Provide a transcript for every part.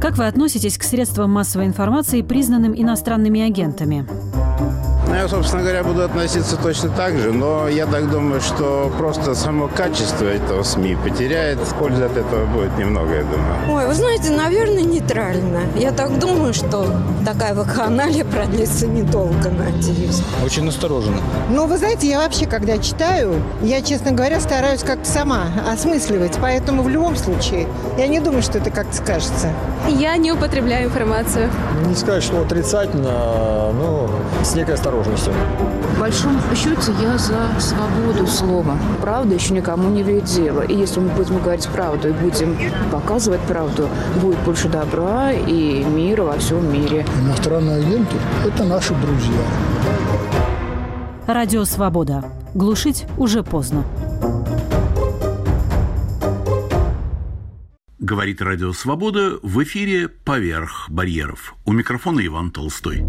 Как вы относитесь к средствам массовой информации, признанным иностранными агентами? Я, собственно говоря, буду относиться точно так же, но я так думаю, что просто само качество этого СМИ потеряет. Пользы от этого будет немного, я думаю. Ой, вы знаете, наверное, нейтрально. Я так думаю, что такая вакханалия продлится недолго, надеюсь. Очень настороженно. Ну, вы знаете, я вообще, когда читаю, я, честно говоря, стараюсь как-то сама осмысливать. Поэтому в любом случае, я не думаю, что это как-то скажется. Я не употребляю информацию. Не сказать, что отрицательно, но с некой осторожностью. В большом счете я за свободу слова. Правда еще никому не вредит дело. И если мы будем говорить правду и будем показывать правду, будет больше добра и мира во всем мире. Иностранные агенты – это наши друзья. Радио «Свобода». Глушить уже поздно. Говорит Радио «Свобода», в эфире «Поверх барьеров». У микрофона Иван Толстой.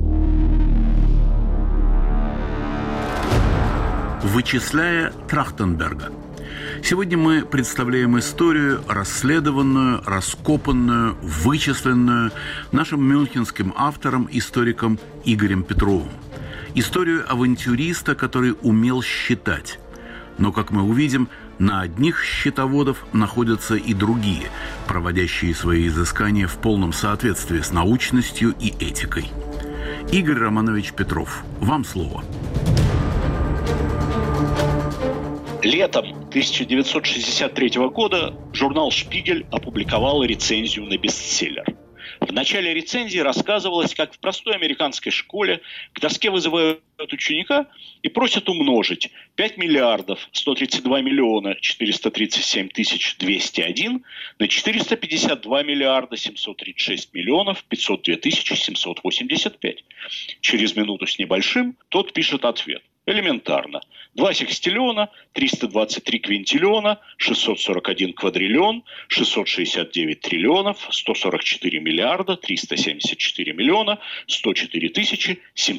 Вычисляя Трахтенберга. Сегодня мы представляем историю, расследованную, раскопанную, вычисленную нашим мюнхенским автором, историком Игорем Петровым. Историю авантюриста, который умел считать. Но, как мы увидим, на одних счетоводов находятся и другие, проводящие свои изыскания в полном соответствии с научностью и этикой. Игорь Романович Петров, вам слово. Летом 1963 года журнал «Шпигель» опубликовал рецензию на бестселлер. В начале рецензии рассказывалось, как в простой американской школе к доске вызывают ученика и просят умножить 5 миллиардов 132 миллиона 437 тысяч 201 на 452 миллиарда 736 миллионов 502 тысячи 785. Через минуту с небольшим тот пишет ответ. Элементарно. 2 секстиллиона, 323 квинтиллиона, 641 квадриллион, 669 триллионов, 144 миллиарда, 374 миллиона, 104 тысячи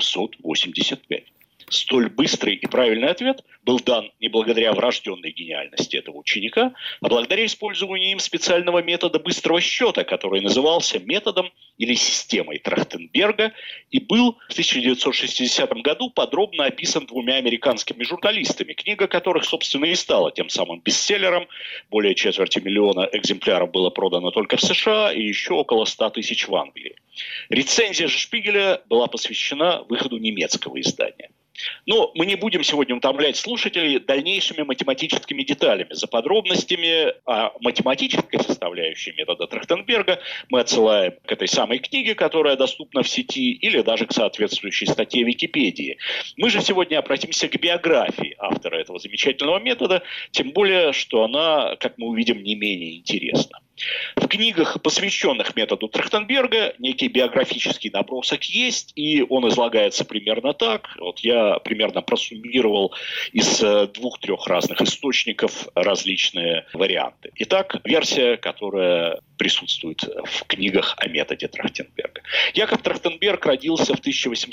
785. Столь быстрый и правильный ответ был дан не благодаря врожденной гениальности этого ученика, а благодаря использованию им специального метода быстрого счета, который назывался методом или системой Трахтенберга и был в 1960 году подробно описан 2 американскими журналистами, книга которых, собственно, и стала тем самым бестселлером. Более 250 000 экземпляров было продано только в США и еще около 100 тысяч в Англии. Рецензия же Шпигеля была посвящена выходу немецкого издания. Но мы не будем сегодня утомлять слушателей дальнейшими математическими деталями. За подробностями о математической составляющей метода Трахтенберга мы отсылаем к этой самой книге, которая доступна в сети, или даже к соответствующей статье Википедии. Мы же сегодня обратимся к биографии автора этого замечательного метода, тем более, что она, как мы увидим, не менее интересна. В книгах, посвященных методу Трахтенберга, некий биографический набросок есть, и он излагается примерно так. Вот я примерно просуммировал из 2-3 разных источников различные варианты. Итак, версия, которая присутствует в книгах о методе Трахтенберга. Яков Трахтенберг родился в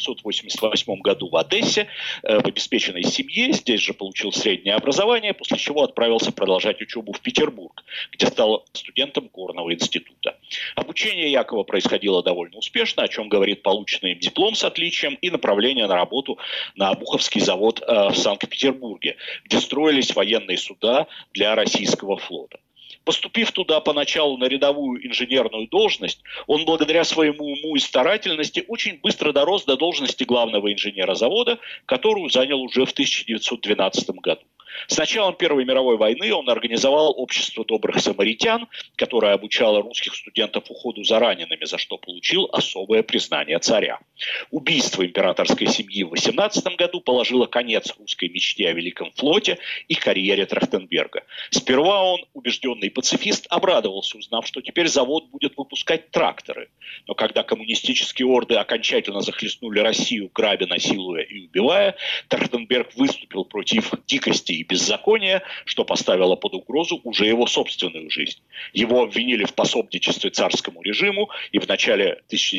1888 году в Одессе, в обеспеченной семье. Здесь же получил среднее образование, после чего отправился продолжать учебу в Петербург, где стал студентом Горного института. Обучение Якова происходило довольно успешно, о чем говорит полученный им диплом с отличием и направление на работу на Обуховский завод в Санкт-Петербурге, где строились военные суда для российского флота. Поступив туда поначалу на рядовую инженерную должность, он благодаря своему уму и старательности очень быстро дорос до должности главного инженера завода, которую занял уже в 1912 году. С началом Первой мировой войны он организовал общество добрых самаритян, которое обучало русских студентов уходу за ранеными, за что получил особое признание царя. Убийство императорской семьи в 18 году положило конец русской мечте о Великом флоте и карьере Трахтенберга. Сперва он, убежденный пацифист, обрадовался, узнав, что теперь завод будет выпускать тракторы. Но когда коммунистические орды окончательно захлестнули Россию, грабя, насилуя и убивая, Трахтенберг выступил против дикости и и беззакония, что поставило под угрозу уже его собственную жизнь. Его обвинили в пособничестве царскому режиму, и в начале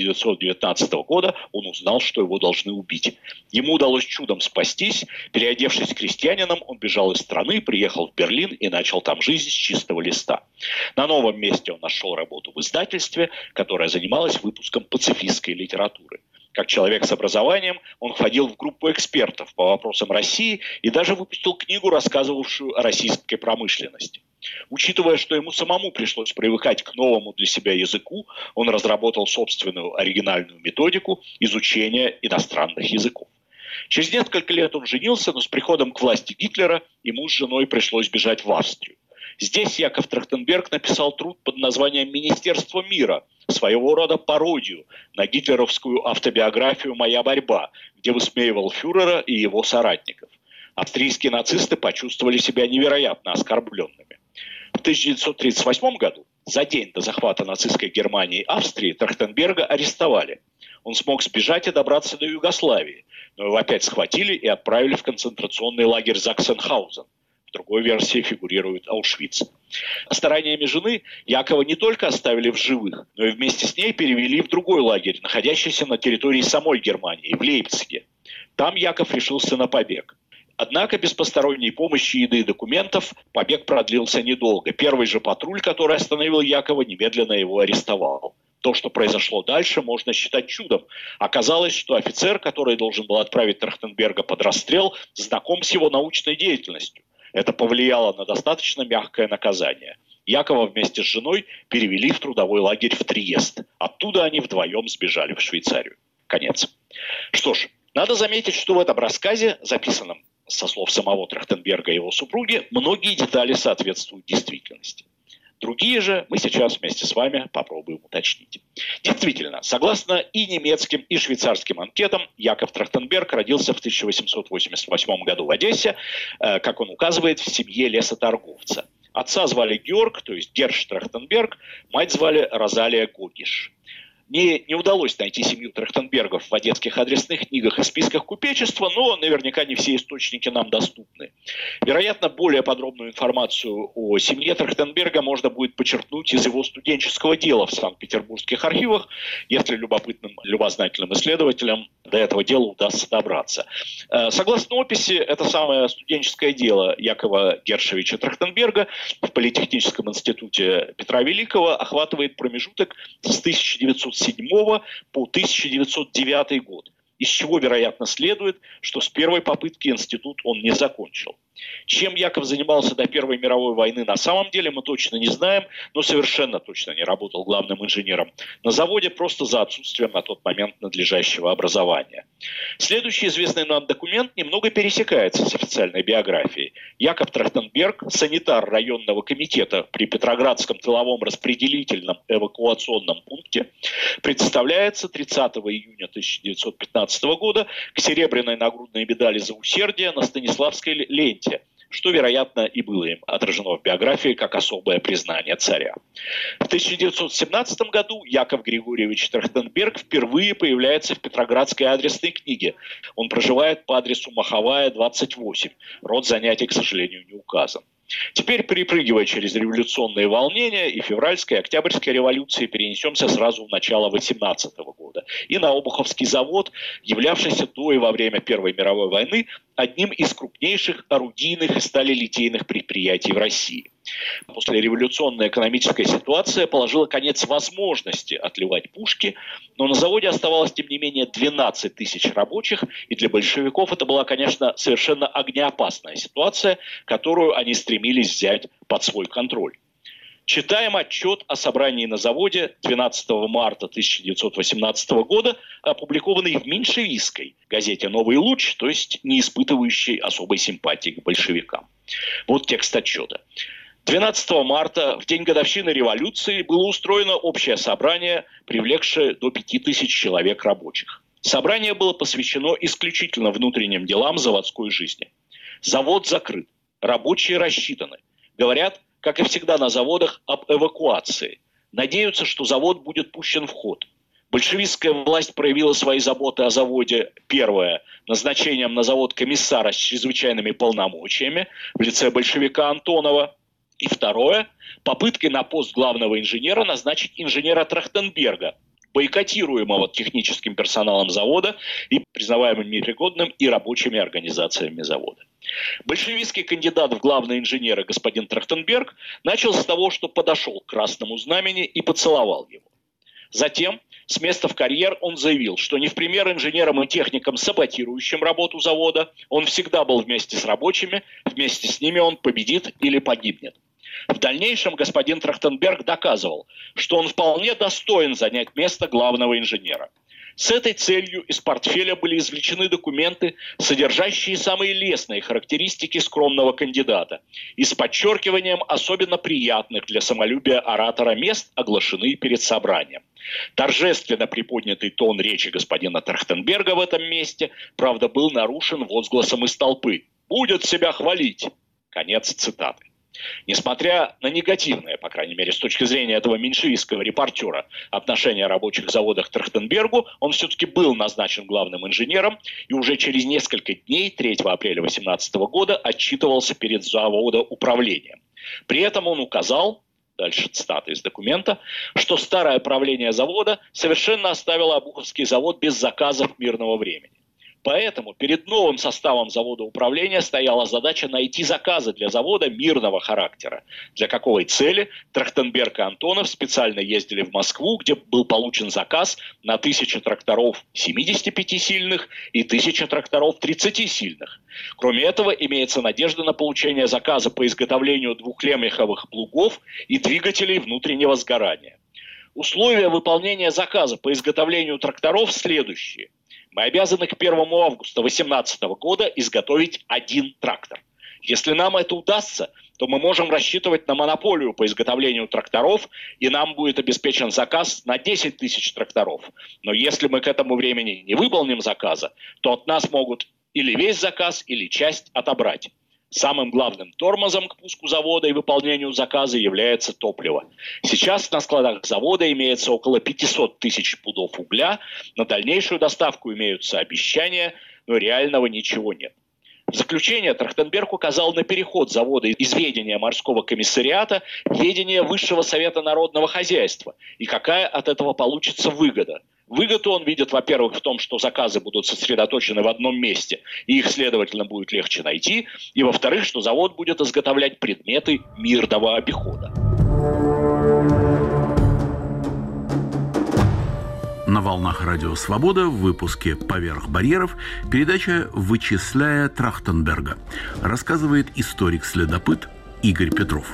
1919 года он узнал, что его должны убить. Ему удалось чудом спастись. Переодевшись крестьянином, он бежал из страны, приехал в Берлин и начал там жизнь с чистого листа. На новом месте он нашел работу в издательстве, которое занималось выпуском пацифистской литературы. Как человек с образованием, он входил в группу экспертов по вопросам России и даже выпустил книгу, рассказывавшую о российской промышленности. Учитывая, что ему самому пришлось привыкать к новому для себя языку, он разработал собственную оригинальную методику изучения иностранных языков. Через несколько лет он женился, но с приходом к власти Гитлера ему с женой пришлось бежать в Австрию. Здесь Яков Трахтенберг написал труд под названием «Министерство мира», своего рода пародию на гитлеровскую автобиографию «Моя борьба», где высмеивал фюрера и его соратников. Австрийские нацисты почувствовали себя невероятно оскорбленными. В 1938 году, за день до захвата нацистской Германии и Австрии, Трахтенберга арестовали. Он смог сбежать и добраться до Югославии, но его опять схватили и отправили в концентрационный лагерь Заксенхаузен. В другой версии фигурирует Аушвиц. Стараниями жены Якова не только оставили в живых, но и вместе с ней перевели в другой лагерь, находящийся на территории самой Германии, в Лейпциге. Там Яков решился на побег. Однако без посторонней помощи, еды и документов побег продлился недолго. Первый же патруль, который остановил Якова, немедленно его арестовал. То, что произошло дальше, можно считать чудом. Оказалось, что офицер, который должен был отправить Трахтенберга под расстрел, знаком с его научной деятельностью. Это повлияло на достаточно мягкое наказание. Якова вместе с женой перевели в трудовой лагерь в Триест. Оттуда они вдвоем сбежали в Швейцарию. Конец. Что ж, надо заметить, что в этом рассказе, записанном со слов самого Трахтенберга и его супруги, многие детали соответствуют действительности. Другие же мы сейчас вместе с вами попробуем уточнить. Действительно, согласно и немецким, и швейцарским анкетам, Яков Трахтенберг родился в 1888 году в Одессе, как он указывает, в семье лесоторговца. Отца звали Георг, то есть Герш Трахтенберг, мать звали Розалия Гогиш. Не удалось найти семью Трахтенбергов в одесских адресных книгах и списках купечества, но наверняка не все источники нам доступны. Вероятно, более подробную информацию о семье Трахтенберга можно будет почерпнуть из его студенческого дела в Санкт-Петербургских архивах, если любознательным исследователям до этого дела удастся добраться. Согласно описи, это самое студенческое дело Якова Гершевича Трахтенберга в Политехническом институте Петра Великого охватывает промежуток с 1907 по 1909 год, из чего, вероятно, следует, что с первой попытки институт он не закончил. Чем Яков занимался до Первой мировой войны на самом деле, мы точно не знаем, но совершенно точно не работал главным инженером на заводе просто за отсутствием на тот момент надлежащего образования. Следующий известный нам документ немного пересекается с официальной биографией. Яков Трахтенберг, санитар районного комитета при Петроградском тыловом распределительном эвакуационном пункте, представляется 30 июня 1915 года к серебряной нагрудной медали за усердие на Станиславской ленте, что, вероятно, и было им отражено в биографии как особое признание царя. В 1917 году Яков Григорьевич Трахтенберг впервые появляется в Петроградской адресной книге. Он проживает по адресу Маховая, 28. Род занятий, к сожалению, не указан. Теперь, перепрыгивая через революционные волнения и февральской, и октябрьской революции, перенесемся сразу в начало 18 года и на Обуховский завод, являвшийся до и во время Первой мировой войны одним из крупнейших орудийных и сталелитейных предприятий в России. Послереволюционная экономическая ситуация положила конец возможности отливать пушки, но на заводе оставалось, тем не менее, 12 тысяч рабочих, и для большевиков это была, конечно, совершенно огнеопасная ситуация, которую они стремились взять под свой контроль. Читаем отчет о собрании на заводе 12 марта 1918 года, опубликованный в меньшевистской газете «Новый луч», то есть не испытывающей особой симпатии к большевикам. Вот текст отчета. 12 марта, в день годовщины революции, было устроено общее собрание, привлекшее до 5000 человек рабочих. Собрание было посвящено исключительно внутренним делам заводской жизни. Завод закрыт, рабочие рассчитаны. Говорят, как и всегда на заводах, об эвакуации. Надеются, что завод будет пущен в ход. Большевистская власть проявила свои заботы о заводе, первое, назначением на завод комиссара с чрезвычайными полномочиями в лице большевика Антонова, и второе, попыткой на пост главного инженера назначить инженера Трахтенберга, бойкотируемого техническим персоналом завода и признаваемым непригодным и рабочими организациями завода. Большевистский кандидат в главные инженеры господин Трахтенберг начал с того, что подошел к Красному Знамени и поцеловал его. Затем с места в карьер он заявил, что не в пример инженерам и техникам, саботирующим работу завода, он всегда был вместе с рабочими, вместе с ними он победит или погибнет. В дальнейшем господин Трахтенберг доказывал, что он вполне достоин занять место главного инженера. С этой целью из портфеля были извлечены документы, содержащие самые лестные характеристики скромного кандидата, и с подчеркиванием особенно приятных для самолюбия оратора мест оглашены перед собранием. Торжественно приподнятый тон речи господина Трахтенберга в этом месте, правда, был нарушен возгласом из толпы: «Будет себя хвалить!» Конец цитаты. Несмотря на негативное, по крайней мере, с точки зрения этого меньшевистского репортера, отношение рабочих заводов к Трахтенбергу, он все-таки был назначен главным инженером и уже через несколько дней, 3 апреля 18 года, отчитывался перед заводоуправлением. При этом он указал, дальше цитата из документа, что старое правление завода совершенно оставило Обуховский завод без заказов мирного времени. Поэтому перед новым составом завода управления стояла задача найти заказы для завода мирного характера. Для какой цели Трахтенберг и Антонов специально ездили в Москву, где был получен заказ на 1000 тракторов 75-сильных и 1000 тракторов 30-сильных. Кроме этого, имеется надежда на получение заказа по изготовлению двухлемеховых плугов и двигателей внутреннего сгорания. Условия выполнения заказа по изготовлению тракторов следующие. Мы обязаны к 1 августа 2018 года изготовить 1 трактор. Если нам это удастся, то мы можем рассчитывать на монополию по изготовлению тракторов, и нам будет обеспечен заказ на 10 000 тракторов. Но если мы к этому времени не выполним заказа, то от нас могут или весь заказ, или часть отобрать. Самым главным тормозом к пуску завода и выполнению заказа является топливо. Сейчас на складах завода имеется около 500 000 пудов угля, на дальнейшую доставку имеются обещания, но реального ничего нет. В заключение Трахтенберг указал на переход завода из ведения морского комиссариата в ведение Высшего совета народного хозяйства и какая от этого получится выгода. Выгоду он видит, во-первых, в том, что заказы будут сосредоточены в одном месте, и их, следовательно, будет легче найти, и, во-вторых, что завод будет изготовлять предметы мирного обихода. На волнах Радио Свобода в выпуске «Поверх барьеров» передача «Вычисляя Трахтенберга». Рассказывает историк-следопыт Игорь Петров.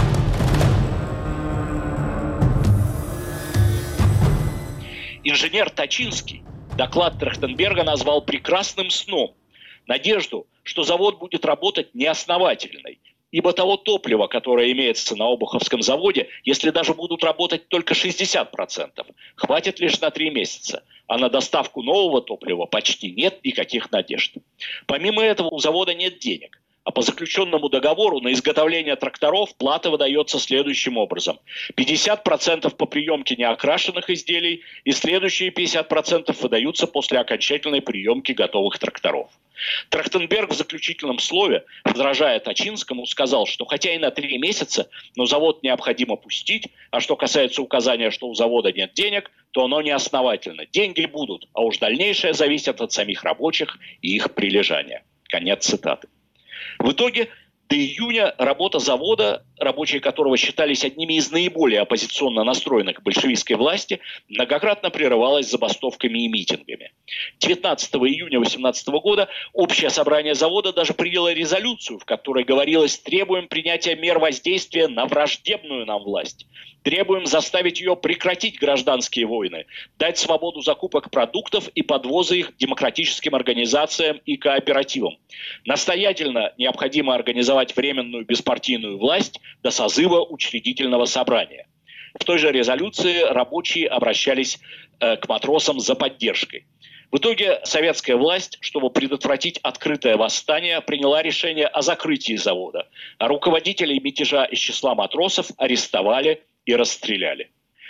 Инженер Точинский доклад Трахтенберга назвал прекрасным сном. Надежду, что завод будет работать неосновательной. Ибо того топлива, которое имеется на Обуховском заводе, если даже будут работать только 60%, хватит лишь на 3 месяца. А на доставку нового топлива почти нет никаких надежд. Помимо этого у завода нет денег. А по заключенному договору на изготовление тракторов плата выдается следующим образом. 50% по приемке неокрашенных изделий и следующие 50% выдаются после окончательной приемки готовых тракторов. Трахтенберг в заключительном слове, возражая Точинскому, сказал, что хотя и на 3 месяца, но завод необходимо пустить, а что касается указания, что у завода нет денег, то оно неосновательно. Деньги будут, а уж дальнейшее зависит от самих рабочих и их прилежания. Конец цитаты. В итоге до июня работа завода, рабочие которого считались одними из наиболее оппозиционно настроенных к большевистской власти, многократно прерывалась забастовками и митингами. 19 июня 18 года общее собрание завода даже приняло резолюцию, в которой говорилось: требуем принятия мер воздействия на враждебную нам власть. Требуем заставить ее прекратить гражданские войны, дать свободу закупок продуктов и подвоза их демократическим организациям и кооперативам. Настоятельно необходимо организовать временную беспартийную власть до созыва учредительного собрания. В той же резолюции рабочие обращались к матросам за поддержкой. В итоге советская власть, чтобы предотвратить открытое восстание, приняла решение о закрытии завода, а руководителей мятежа из числа матросов арестовали и расстреляли.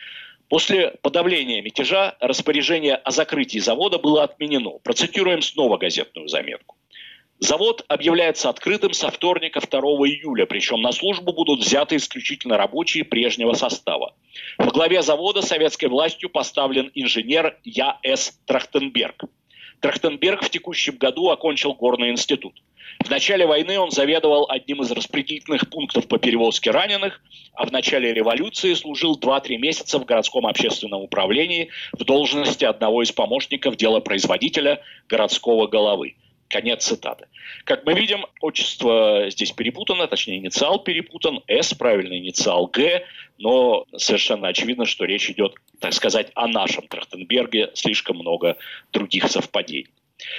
После подавления мятежа распоряжение о закрытии завода было отменено. Процитируем снова газетную заметку. Завод объявляется открытым со вторника 2 июля, причем на службу будут взяты исключительно рабочие прежнего состава. Во главе завода советской властью поставлен инженер Я.С. Трахтенберг. Трахтенберг в текущем году окончил горный институт. В начале войны он заведовал одним из распределительных пунктов по перевозке раненых, а в начале революции служил 2-3 месяца в городском общественном управлении в должности одного из помощников делопроизводителя городского головы. Конец цитаты. Как мы видим, отчество здесь перепутано, точнее инициал перепутан, С, правильный инициал Г, но совершенно очевидно, что речь идет, так сказать, о нашем Трахтенберге, слишком много других совпадений.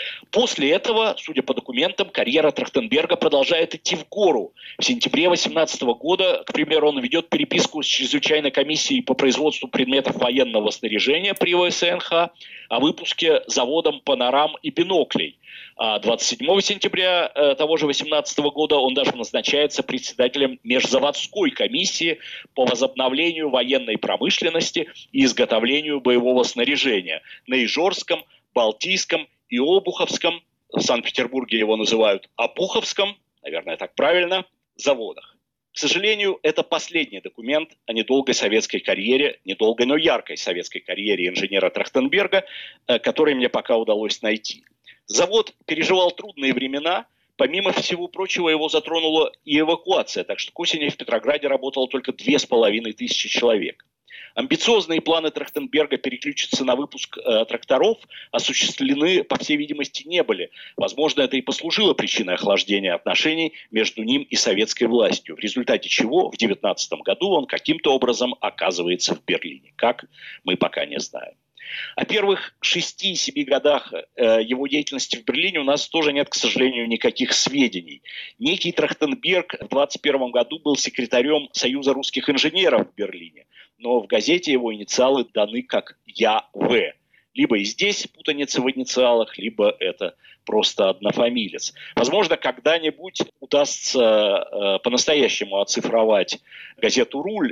После этого, судя по документам, карьера Трахтенберга продолжает идти в гору. В сентябре 2018 года, к примеру, он ведет переписку с чрезвычайной комиссией по производству предметов военного снаряжения при ВСНХ о выпуске заводом панорам и биноклей. А 27 сентября того же 2018 года он даже назначается председателем межзаводской комиссии по возобновлению военной промышленности и изготовлению боевого снаряжения на Ижорском, Балтийском и Обуховском, в Санкт-Петербурге его называют Обуховском, наверное, так правильно, заводах. К сожалению, это последний документ о недолгой советской карьере, недолгой, но яркой советской карьере инженера Трахтенберга, который мне пока удалось найти. Завод переживал трудные времена, помимо всего прочего его затронула и эвакуация, так что к осени в Петрограде работало только 2500 человек. Амбициозные планы Трахтенберга переключиться на выпуск тракторов осуществлены, по всей видимости, не были. Возможно, это и послужило причиной охлаждения отношений между ним и советской властью, в результате чего в 19 году он каким-то образом оказывается в Берлине. Как, мы пока не знаем. О первых 6-7 годах его деятельности в Берлине у нас тоже нет, к сожалению, никаких сведений. Некий Трахтенберг в 1921 году был секретарем Союза русских инженеров в Берлине, но в газете его инициалы даны как Я.В. Либо и здесь путаница в инициалах, либо это просто однофамилец. Возможно, когда-нибудь удастся по-настоящему оцифровать газету «Руль»,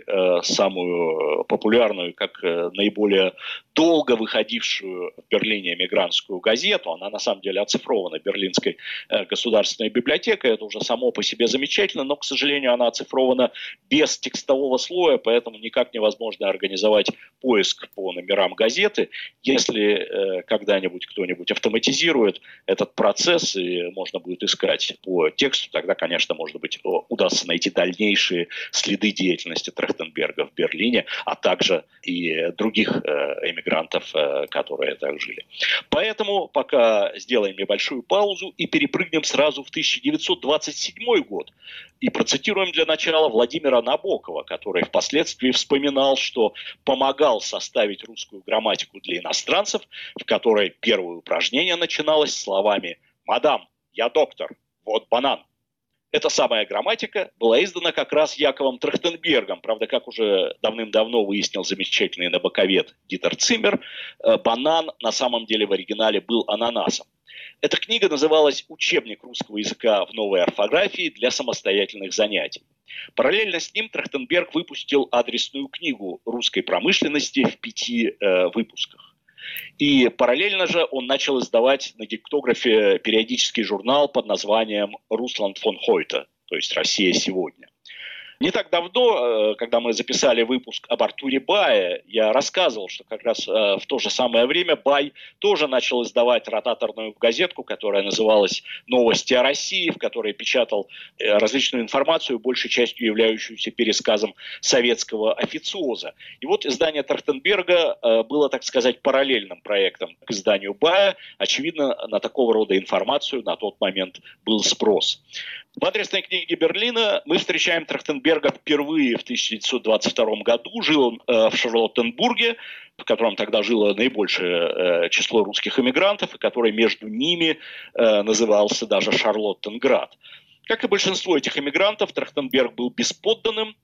самую популярную, как наиболее долго выходившую в Берлине эмигрантскую газету. Она на самом деле оцифрована Берлинской государственной библиотекой. Это уже само по себе замечательно, но, к сожалению, она оцифрована без текстового слоя, поэтому никак невозможно организовать поиск по номерам газеты. Если когда-нибудь кто-нибудь автоматизирует этот процесс и можно будет искать по тексту, тогда, конечно, может быть, удастся найти дальнейшие следы деятельности Трахтенберга в Берлине, а также и других эмигрантов, которые так жили. Поэтому пока сделаем небольшую паузу и перепрыгнем сразу в 1927 год и процитируем для начала Владимира Набокова, который впоследствии вспоминал, что помогал составить русскую грамматику для иностранцев, в которой первое упражнение начиналось словами «Мадам, я доктор, вот банан». Эта самая грамматика была издана как раз Яковом Трахтенбергом. Правда, как уже давным-давно выяснил замечательный набоковед Дитер Циммер, банан на самом деле в оригинале был ананасом. Эта книга называлась «Учебник русского языка в новой орфографии для самостоятельных занятий». Параллельно с ним Трахтенберг выпустил адресную книгу русской промышленности в 5 выпусках. И параллельно же он начал издавать на гектографе периодический журнал под названием «Русланд фон Хойте», то есть «Россия сегодня». Не так давно, когда мы записали выпуск об Артуре Бае, я рассказывал, что как раз в то же самое время Бай тоже начал издавать ротаторную газетку, которая называлась «Новости о России», в которой печатал различную информацию, большей частью являющуюся пересказом советского официоза. И вот издание Трахтенберга было, так сказать, параллельным проектом к изданию Бая. Очевидно, на такого рода информацию на тот момент был спрос. В адресной книге Берлина мы встречаем Трахтенберга впервые в 1922 году. Жил он в Шарлоттенбурге, в котором тогда жило наибольшее число русских эмигрантов, и который между ними назывался даже Шарлоттенград. Как и большинство этих эмигрантов, Трахтенберг был бесподданным.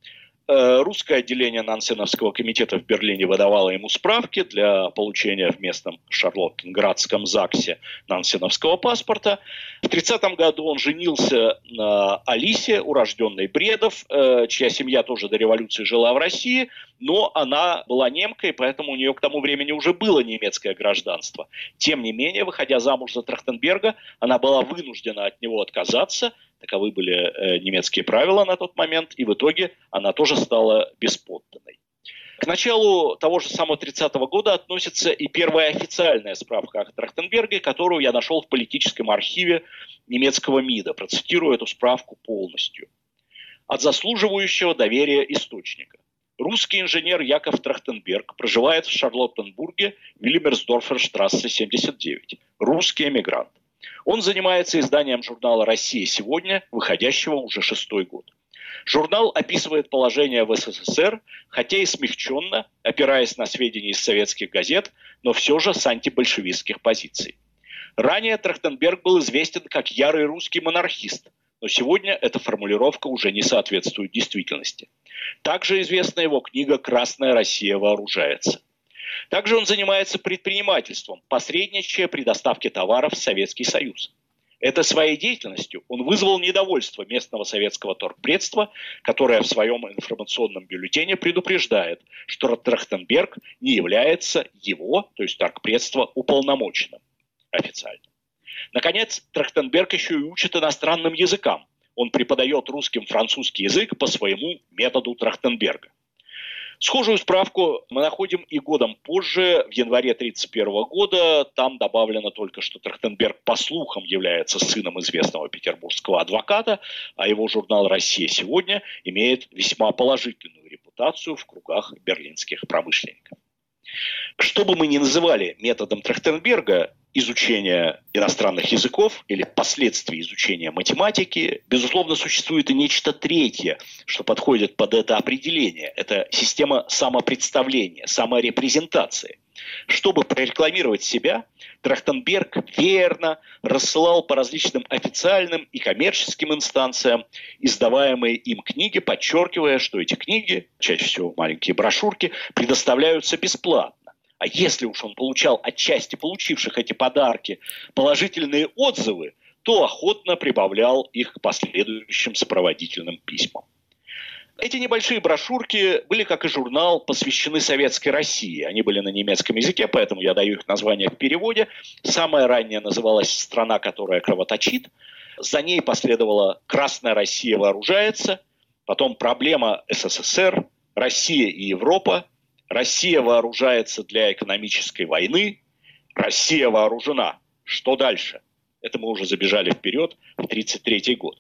Русское отделение Нансеновского комитета в Берлине выдавало ему справки для получения в местном Шарлоттенградском ЗАГСе Нансеновского паспорта. В 1930 году он женился на Алисе, урожденной Бредов, чья семья тоже до революции жила в России, но она была немкой, поэтому у нее к тому времени уже было немецкое гражданство. Тем не менее, выходя замуж за Трахтенберга, она была вынуждена от него отказаться. Таковы были немецкие правила на тот момент, и в итоге она тоже стала бесподданной. К началу того же самого 30-го года относится и первая официальная справка о Трахтенберге, которую я нашел в политическом архиве немецкого МИДа. Процитирую эту справку полностью. От заслуживающего доверия источника. Русский инженер Яков Трахтенберг проживает в Шарлоттенбурге, Вильмерсдорферштрассе 79. Русский эмигрант. Он занимается изданием журнала «Россия сегодня», выходящего уже 6-й год. Журнал описывает положение в СССР, хотя и смягченно, опираясь на сведения из советских газет, но все же с антибольшевистских позиций. Ранее Трахтенберг был известен как ярый русский монархист, но сегодня эта формулировка уже не соответствует действительности. Также известна его книга «Красная Россия вооружается». Также он занимается предпринимательством, посредничая при доставке товаров в Советский Союз. Этой своей деятельностью он вызвал недовольство местного советского торгпредства, которое в своем информационном бюллетене предупреждает, что Трахтенберг не является его, то есть торгпредства, уполномоченным официально. Наконец, Трахтенберг еще и учит иностранным языкам. Он преподает русским французский язык по своему методу Трахтенберга. Схожую справку мы находим и годом позже, в январе 1931 года. Там добавлено только, что Трахтенберг по слухам является сыном известного петербургского адвоката, а его журнал «Россия сегодня» имеет весьма положительную репутацию в кругах берлинских промышленников. Что бы мы ни называли методом Трахтенберга, изучения иностранных языков или последствий изучения математики, безусловно, существует и нечто третье, что подходит под это определение. Это система самопредставления, саморепрезентации. Чтобы прорекламировать себя, Трахтенберг верно рассылал по различным официальным и коммерческим инстанциям издаваемые им книги, подчеркивая, что эти книги, чаще всего маленькие брошюрки, предоставляются бесплатно. А если уж он получал от части получивших эти подарки положительные отзывы, то охотно прибавлял их к последующим сопроводительным письмам. Эти небольшие брошюрки были, как и журнал, посвящены советской России. Они были на немецком языке, поэтому я даю их название в переводе. Самая ранняя называлась «Страна, которая кровоточит». За ней последовала «Красная Россия вооружается», потом «Проблема СССР», «Россия и Европа», «Россия вооружается для экономической войны», «Россия вооружена». Что дальше? Это мы уже забежали вперед в 1933 год.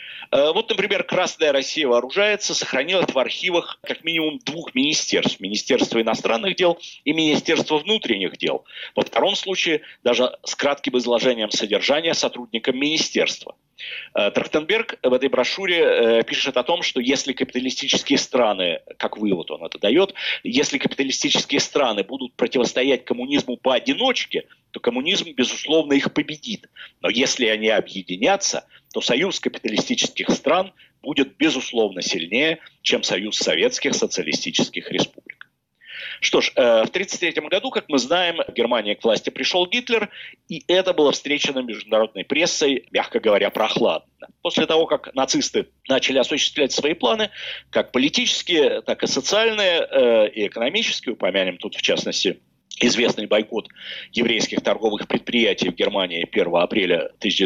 Вот, например, «Красная Россия вооружается» сохранилась в архивах как минимум двух министерств. Министерство иностранных дел и Министерство внутренних дел. Во втором случае даже с кратким изложением содержания сотрудникам министерства. Трахтенберг в этой брошюре пишет о том, что если капиталистические страны, как вывод он это дает, если капиталистические страны будут противостоять коммунизму поодиночке, то коммунизм, безусловно, их победит. Но если они объединятся, то союз капиталистических стран будет, безусловно, сильнее, чем союз советских социалистических республик. Что ж, в 1933 году, как мы знаем, в Германии к власти пришел Гитлер, и это было встречено международной прессой, мягко говоря, прохладно. После того, как нацисты начали осуществлять свои планы, как политические, так и социальные и экономические, упомянем тут в частности известный бойкот еврейских торговых предприятий в Германии 1 апреля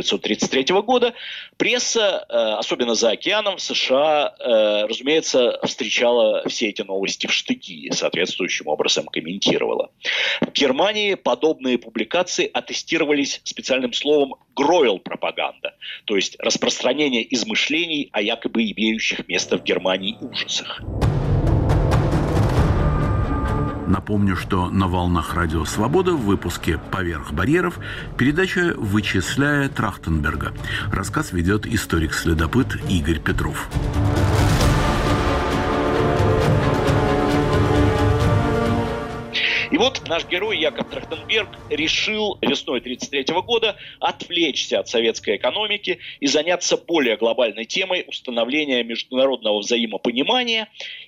1933 года, пресса, особенно за океаном, в США, разумеется, встречала все эти новости в штыки и соответствующим образом комментировала. В Германии подобные публикации аттестировались специальным словом «гройл-пропаганда», то есть распространение измышлений о якобы имеющих место в Германии ужасах. Напомню, что на волнах Радио Свобода в выпуске «Поверх барьеров» передача «Вычисляя Трахтенберга». Рассказ ведет историк-следопыт Игорь Петров. И вот наш герой Яков Трахтенберг решил весной 1933 года отвлечься от советской экономики и заняться более глобальной темой установления международного взаимопонимания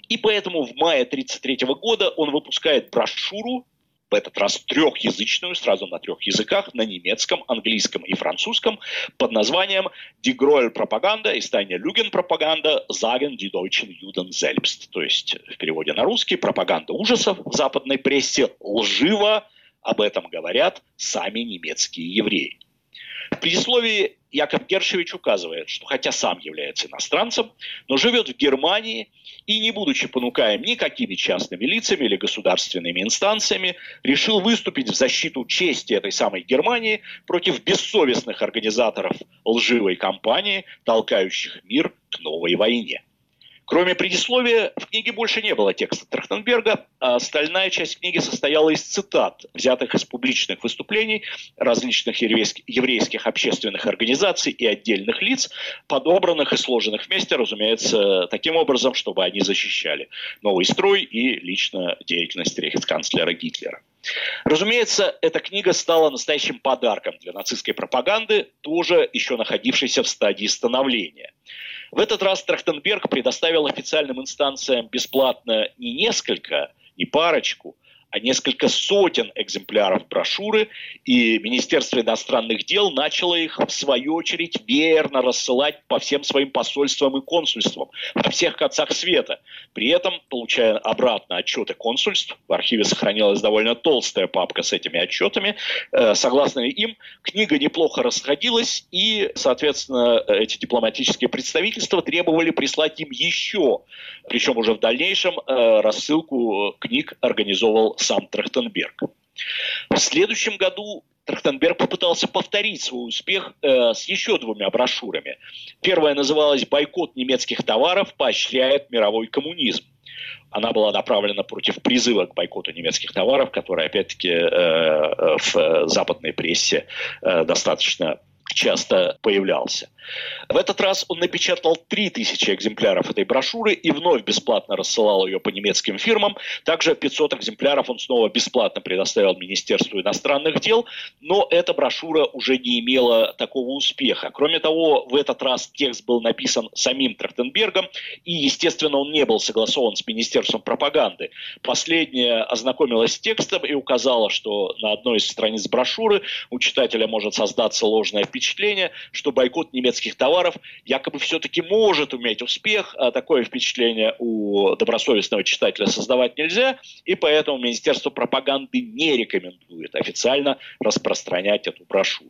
И поэтому в мае 1933 года он выпускает брошюру, в этот раз трехязычную, сразу на 3 языках, на немецком, английском и французском, под названием «Die Gräuel-Propaganda ist eine Lügenpropaganda, sagen die deutschen Juden selbst». То есть в переводе на русский «Пропаганда ужасов в западной прессе лживо, об этом говорят сами немецкие евреи». В предисловии Яков Гершевич указывает, что хотя сам является иностранцем, но живет в Германии и, не будучи понукаем никакими частными лицами или государственными инстанциями, решил выступить в защиту чести этой самой Германии против бессовестных организаторов лживой кампании, толкающих мир к новой войне. Кроме предисловия, в книге больше не было текста Трахтенберга, а остальная часть книги состояла из цитат, взятых из публичных выступлений различных еврейских общественных организаций и отдельных лиц, подобранных и сложенных вместе, разумеется, таким образом, чтобы они защищали новый строй и лично деятельность рейхсканцлера Гитлера. Разумеется, эта книга стала настоящим подарком для нацистской пропаганды, тоже еще находившейся в стадии становления. В этот раз Трахтенберг предоставил официальным инстанциям бесплатно не несколько, не парочку, а несколько сотен экземпляров брошюры, и Министерство иностранных дел начало их, в свою очередь, веерно рассылать по всем своим посольствам и консульствам во всех концах света. При этом, получая обратно отчеты консульств, в архиве сохранилась довольно толстая папка с этими отчетами, согласно им, книга неплохо расходилась, и, соответственно, эти дипломатические представительства требовали прислать им еще. Причем уже в дальнейшем рассылку книг организовал сам Трахтенберг. В следующем году Трахтенберг попытался повторить свой успех с еще 2 брошюрами. Первая называлась «Бойкот немецких товаров поощряет мировой коммунизм». Она была направлена против призыва к бойкоту немецких товаров, который, опять-таки, в западной прессе достаточно часто появлялся. В этот раз он напечатал 3000 экземпляров этой брошюры и вновь бесплатно рассылал ее по немецким фирмам. Также 500 экземпляров он снова бесплатно предоставил Министерству иностранных дел, но эта брошюра уже не имела такого успеха. Кроме того, в этот раз текст был написан самим Трахтенбергом, и, естественно, он не был согласован с Министерством пропаганды. Последнее ознакомилось с текстом и указало, что на одной из страниц брошюры у читателя может создаться ложное впечатление, что бойкот немецких товаров якобы все-таки может иметь успех, а такое впечатление у добросовестного читателя создавать нельзя, и поэтому Министерство пропаганды не рекомендует официально распространять эту брошюру.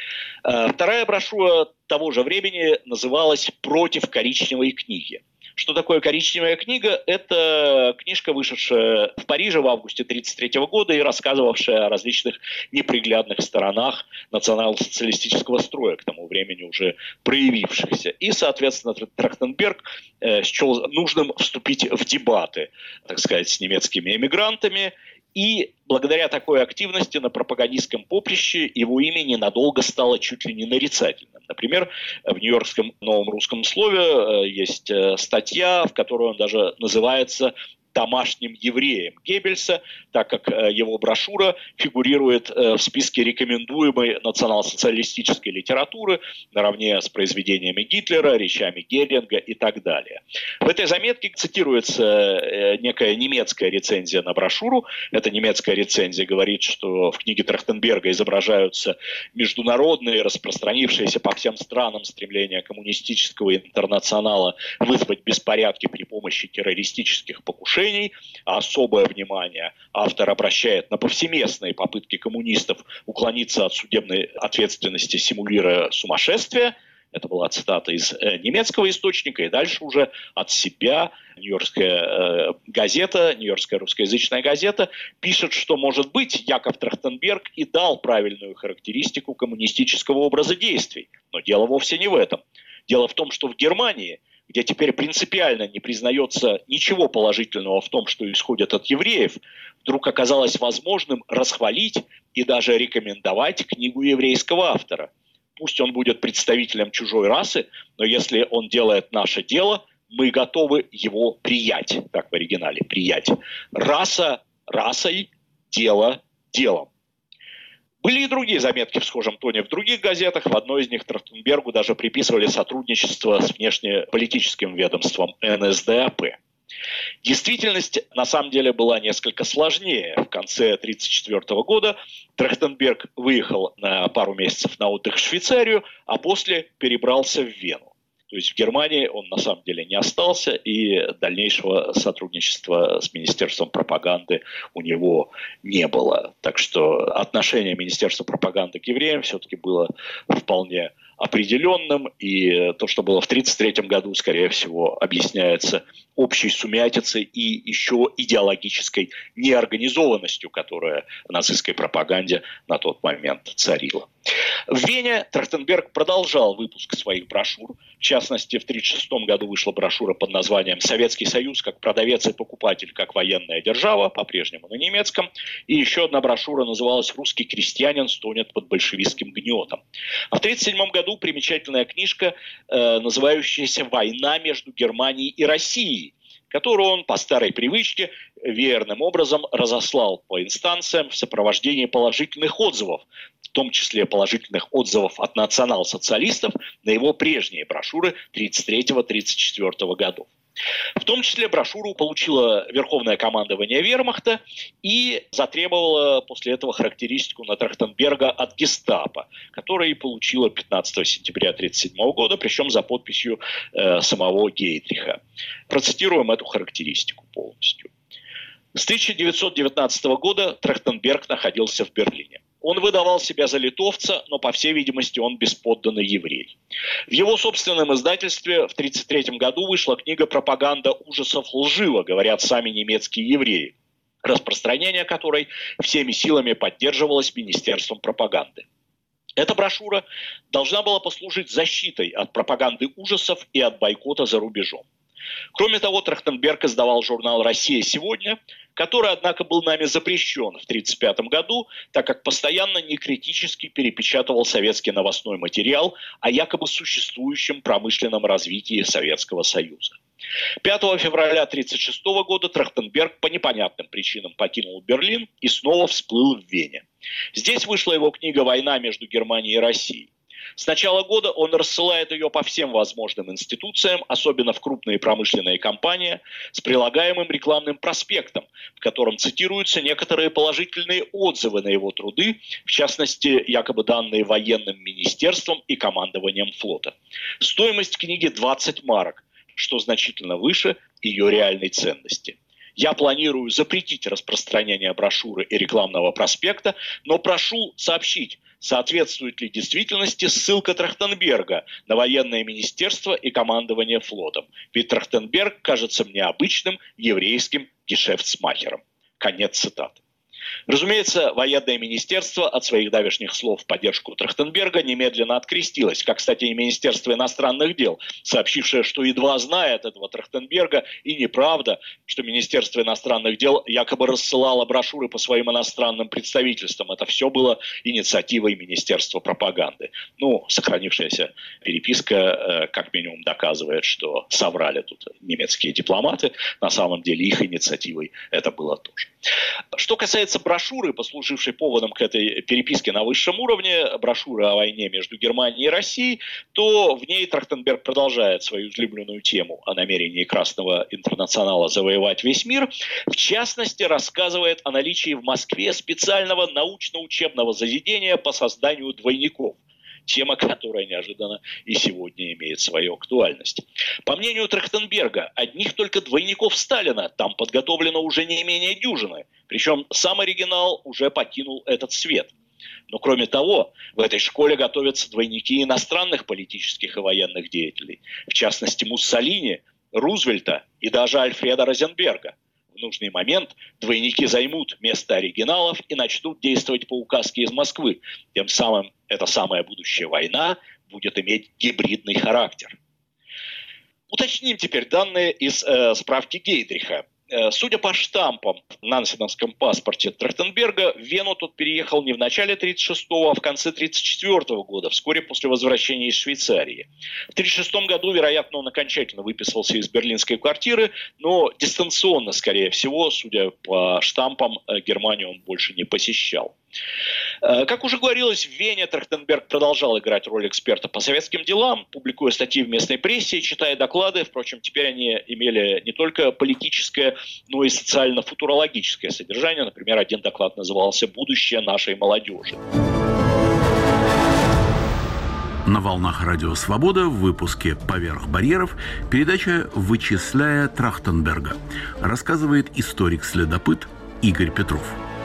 Вторая брошюра того же времени называлась «Против коричневой книги». Что такое коричневая книга? Это книжка, вышедшая в Париже в августе 1933 года и рассказывавшая о различных неприглядных сторонах национал-социалистического строя, к тому времени уже проявившихся. И, соответственно, Трахтенберг счел нужным вступить в дебаты, так сказать, с немецкими эмигрантами. И благодаря такой активности на пропагандистском поприще его имя ненадолго стало чуть ли не нарицательным. Например, в Нью-Йоркском новом русском слове есть статья, в которой он даже называется «домашним евреем» Геббельса, так как его брошюра фигурирует в списке рекомендуемой национал-социалистической литературы наравне с произведениями Гитлера, речами Геринга и так далее. В этой заметке цитируется некая немецкая рецензия на брошюру. Эта немецкая рецензия говорит, что в книге Трахтенберга изображаются международные, распространившиеся по всем странам стремления коммунистического интернационала вызвать беспорядки при помощи террористических покушений, а особое внимание автор обращает на повсеместные попытки коммунистов уклониться от судебной ответственности, симулируя сумасшествие. Это была цитата из немецкого источника, и дальше уже от себя Нью-Йоркская газета, Нью-Йоркская русскоязычная газета пишет, что, может быть, Яков Трахтенберг и дал правильную характеристику коммунистического образа действий. Но дело вовсе не в этом. Дело в том, что в Германии, где теперь принципиально не признается ничего положительного в том, что исходит от евреев, вдруг оказалось возможным расхвалить и даже рекомендовать книгу еврейского автора. Пусть он будет представителем чужой расы, но если он делает наше дело, мы готовы его приять. Так в оригинале, приять. Раса расой, дело делом. Были и другие заметки в схожем тоне в других газетах. В одной из них Трахтенбергу даже приписывали сотрудничество с внешнеполитическим ведомством НСДАП. Действительность на самом деле была несколько сложнее. В конце 1934 года Трахтенберг выехал на пару месяцев на отдых в Швейцарию, а после перебрался в Вену. То есть в Германии он на самом деле не остался, и дальнейшего сотрудничества с Министерством пропаганды у него не было. Так что отношение Министерства пропаганды к евреям все-таки было вполне определенным, и то, что было в 1933 году, скорее всего, объясняется общей сумятицей и еще идеологической неорганизованностью, которая в нацистской пропаганде на тот момент царила. В Вене Трахтенберг продолжал выпуск своих брошюр. В частности, в 1936 году вышла брошюра под названием «Советский Союз как продавец и покупатель, как военная держава», по-прежнему на немецком. И еще одна брошюра называлась «Русский крестьянин стонет под большевистским гнетом». А в 1937 году примечательная книжка, называющаяся «Война между Германией и Россией», которую он по старой привычке верным образом разослал по инстанциям в сопровождении положительных отзывов, в том числе положительных отзывов от национал-социалистов на его прежние брошюры 1933-1934 годов. В том числе брошюру получило Верховное командование Вермахта и затребовало после этого характеристику на Трахтенберга от гестапо, которая и получила 15 сентября 1937 года, причем за подписью самого Гейдриха. Процитируем эту характеристику полностью. С 1919 года Трахтенберг находился в Берлине. Он выдавал себя за литовца, но, по всей видимости, он бесподданный еврей. В его собственном издательстве в 1933 году вышла книга «Пропаганда ужасов лживо», говорят сами немецкие евреи, распространение которой всеми силами поддерживалось Министерством пропаганды. Эта брошюра должна была послужить защитой от пропаганды ужасов и от бойкота за рубежом. Кроме того, Трахтенберг издавал журнал «Россия сегодня», который, однако, был нами запрещен в 1935 году, так как постоянно некритически перепечатывал советский новостной материал о якобы существующем промышленном развитии Советского Союза. 5 февраля 1936 года Трахтенберг по непонятным причинам покинул Берлин и снова всплыл в Вене. Здесь вышла его книга «Война между Германией и Россией». С начала года он рассылает ее по всем возможным институциям, особенно в крупные промышленные компании, с прилагаемым рекламным проспектом, в котором цитируются некоторые положительные отзывы на его труды, в частности, якобы данные военным министерством и командованием флота. Стоимость книги 20 марок, что значительно выше ее реальной ценности. Я планирую запретить распространение брошюры и рекламного проспекта, но прошу сообщить, соответствует ли действительности ссылка Трахтенберга на военное министерство и командование флотом. Ведь Трахтенберг кажется мне обычным еврейским гешефтсмахером. Конец цитаты. Разумеется, военное министерство от своих давешних слов в поддержку Трахтенберга немедленно открестилось, как, кстати, и Министерство иностранных дел, сообщившее, что едва знает этого Трахтенберга, и неправда, что Министерство иностранных дел якобы рассылало брошюры по своим иностранным представительствам. Это все было инициативой Министерства пропаганды. Сохранившаяся переписка как минимум доказывает, что соврали тут немецкие дипломаты. На самом деле их инициативой это было тоже. Что касается брошюры, послужившей поводом к этой переписке на высшем уровне, брошюры о войне между Германией и Россией, то в ней Трахтенберг продолжает свою излюбленную тему о намерении Красного интернационала завоевать весь мир. В частности, рассказывает о наличии в Москве специального научно-учебного заведения по созданию двойников. Тема, которая неожиданно и сегодня имеет свою актуальность. По мнению Трахтенберга, одних только двойников Сталина там подготовлено уже не менее дюжины. Причем сам оригинал уже покинул этот свет. Но кроме того, в этой школе готовятся двойники иностранных политических и военных деятелей. В частности, Муссолини, Рузвельта и даже Альфреда Розенберга. В нужный момент двойники займут место оригиналов и начнут действовать по указке из Москвы. Тем самым эта самая будущая война будет иметь гибридный характер. Уточним теперь данные из справки Гейдриха. Судя по штампам в нансеновском паспорте Трахтенберга, в Вену тот переехал не в начале 1936-го, а в конце 1934 года, вскоре после возвращения из Швейцарии. В 1936 году, вероятно, он окончательно выписался из берлинской квартиры, но дистанционно, скорее всего, судя по штампам, Германию он больше не посещал. Как уже говорилось, в Вене Трахтенберг продолжал играть роль эксперта по советским делам, публикуя статьи в местной прессе, читая доклады. Впрочем, теперь они имели не только политическое, но и социально-футурологическое содержание. Например, один доклад назывался «Будущее нашей молодежи». На волнах Радио Свобода в выпуске «Поверх барьеров» передача «Вычисляя Трахтенберга». Рассказывает историк-следопыт Игорь Петров.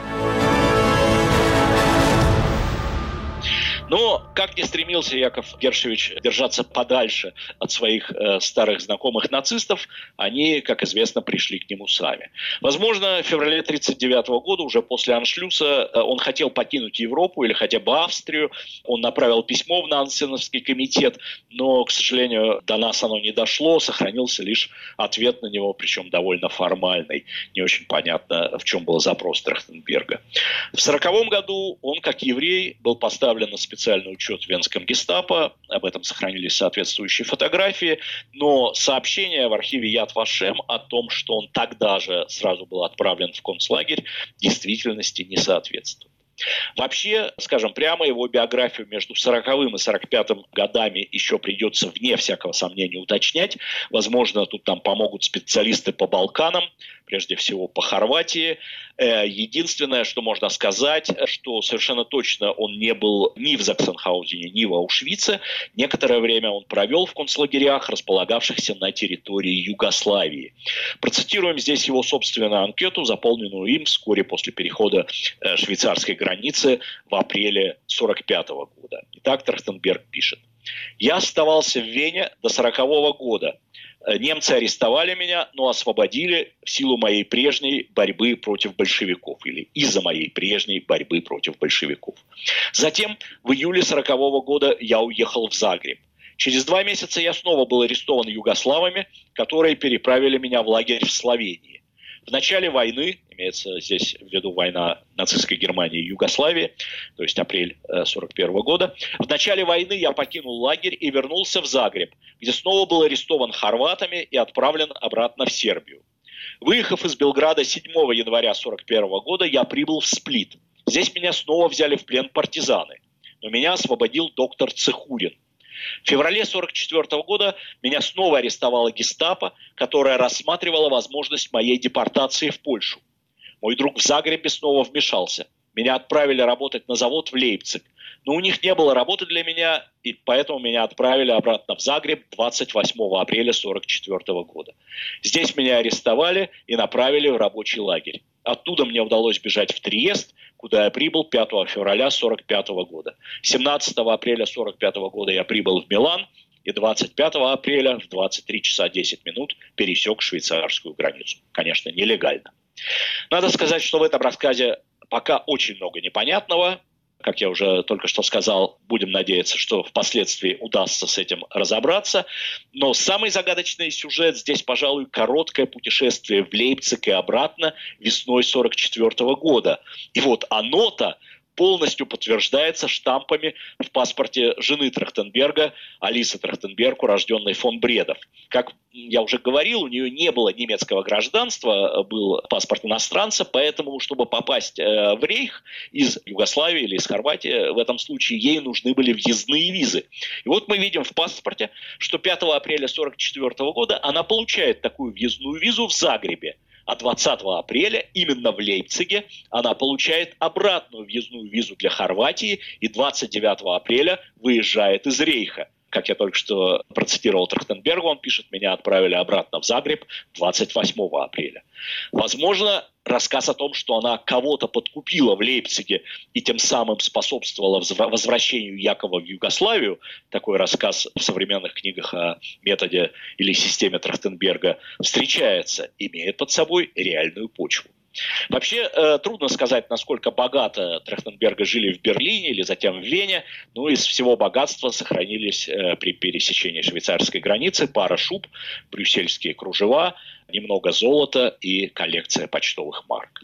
Но, как ни стремился Яков Гершевич держаться подальше от своих старых знакомых нацистов, они, как известно, пришли к нему сами. Возможно, в феврале 1939 года, уже после Аншлюса, он хотел покинуть Европу или хотя бы Австрию. Он направил письмо в Нансеновский комитет, но, к сожалению, до нас оно не дошло. Сохранился лишь ответ на него, причем довольно формальный. Не очень понятно, в чем был запрос Трахтенберга. В 1940 году он, как еврей, был поставлен на специальный учет в венском гестапо. Об этом сохранились соответствующие фотографии. Но сообщение в архиве Яд Вашем о том, что он тогда же сразу был отправлен в концлагерь, действительности не соответствует. Вообще, скажем прямо, его биографию между 40-м и 45-м годами еще придется, вне всякого сомнения, уточнять. Возможно, тут нам помогут специалисты по Балканам, прежде всего по Хорватии. Единственное, что можно сказать, что совершенно точно он не был ни в Заксенхаузене, ни в Аушвице. Некоторое время он провел в концлагерях, располагавшихся на территории Югославии. Процитируем здесь его собственную анкету, заполненную им вскоре после перехода швейцарской границы в апреле 1945 года. Итак, Трахтенберг пишет. «Я оставался в Вене до 1940 года. Немцы арестовали меня, но освободили в силу моей прежней борьбы против большевиков или из-за моей прежней борьбы против большевиков. Затем в июле 1940 года я уехал в Загреб. Через 2 месяца я снова был арестован югославами, которые переправили меня в лагерь в Словении. В начале войны, имеется здесь в виду война нацистской Германии и Югославии, то есть апрель 1941 года, в начале войны я покинул лагерь и вернулся в Загреб, где снова был арестован хорватами и отправлен обратно в Сербию. Выехав из Белграда 7 января 1941 года, я прибыл в Сплит. Здесь меня снова взяли в плен партизаны, но меня освободил доктор Цехурин. В феврале 1944 года меня снова арестовала гестапо, которая рассматривала возможность моей депортации в Польшу. Мой друг в Загребе снова вмешался. Меня отправили работать на завод в Лейпциг. Но у них не было работы для меня, и поэтому меня отправили обратно в Загреб 28 апреля 1944 года. Здесь меня арестовали и направили в рабочий лагерь. Оттуда мне удалось бежать в Триест, куда я прибыл 5 февраля 1945 года. 17 апреля 1945 года я прибыл в Милан и 25 апреля в 23 часа 10 минут пересек швейцарскую границу. Конечно, нелегально. Надо сказать, что в этом рассказе пока очень много непонятного. Как я уже только что сказал, будем надеяться, что впоследствии удастся с этим разобраться. Но самый загадочный сюжет здесь, пожалуй, короткое путешествие в Лейпциг и обратно весной 1944 года. И вот оно-то полностью подтверждается штампами в паспорте жены Трахтенберга, Алисы Трахтенберг, урожденной фон Бредов. Как я уже говорил, у нее не было немецкого гражданства, был паспорт иностранца, поэтому, чтобы попасть в Рейх из Югославии или из Хорватии, в этом случае ей нужны были въездные визы. И вот мы видим в паспорте, что 5 апреля 1944 года она получает такую въездную визу в Загребе. А 20 апреля именно в Лейпциге она получает обратную въездную визу для Хорватии и 29 апреля выезжает из Рейха. Как я только что процитировал Трахтенберга, он пишет, меня отправили обратно в Загреб 28 апреля. Возможно, рассказ о том, что она кого-то подкупила в Лейпциге и тем самым способствовала возвращению Якова в Югославию, такой рассказ в современных книгах о методе или системе Трахтенберга встречается, имеет под собой реальную почву. Вообще, трудно сказать, насколько богато Трахтенберга жили в Берлине или затем в Вене, но из всего богатства сохранились при пересечении швейцарской границы пара шуб, брюссельские кружева, немного золота и коллекция почтовых марок.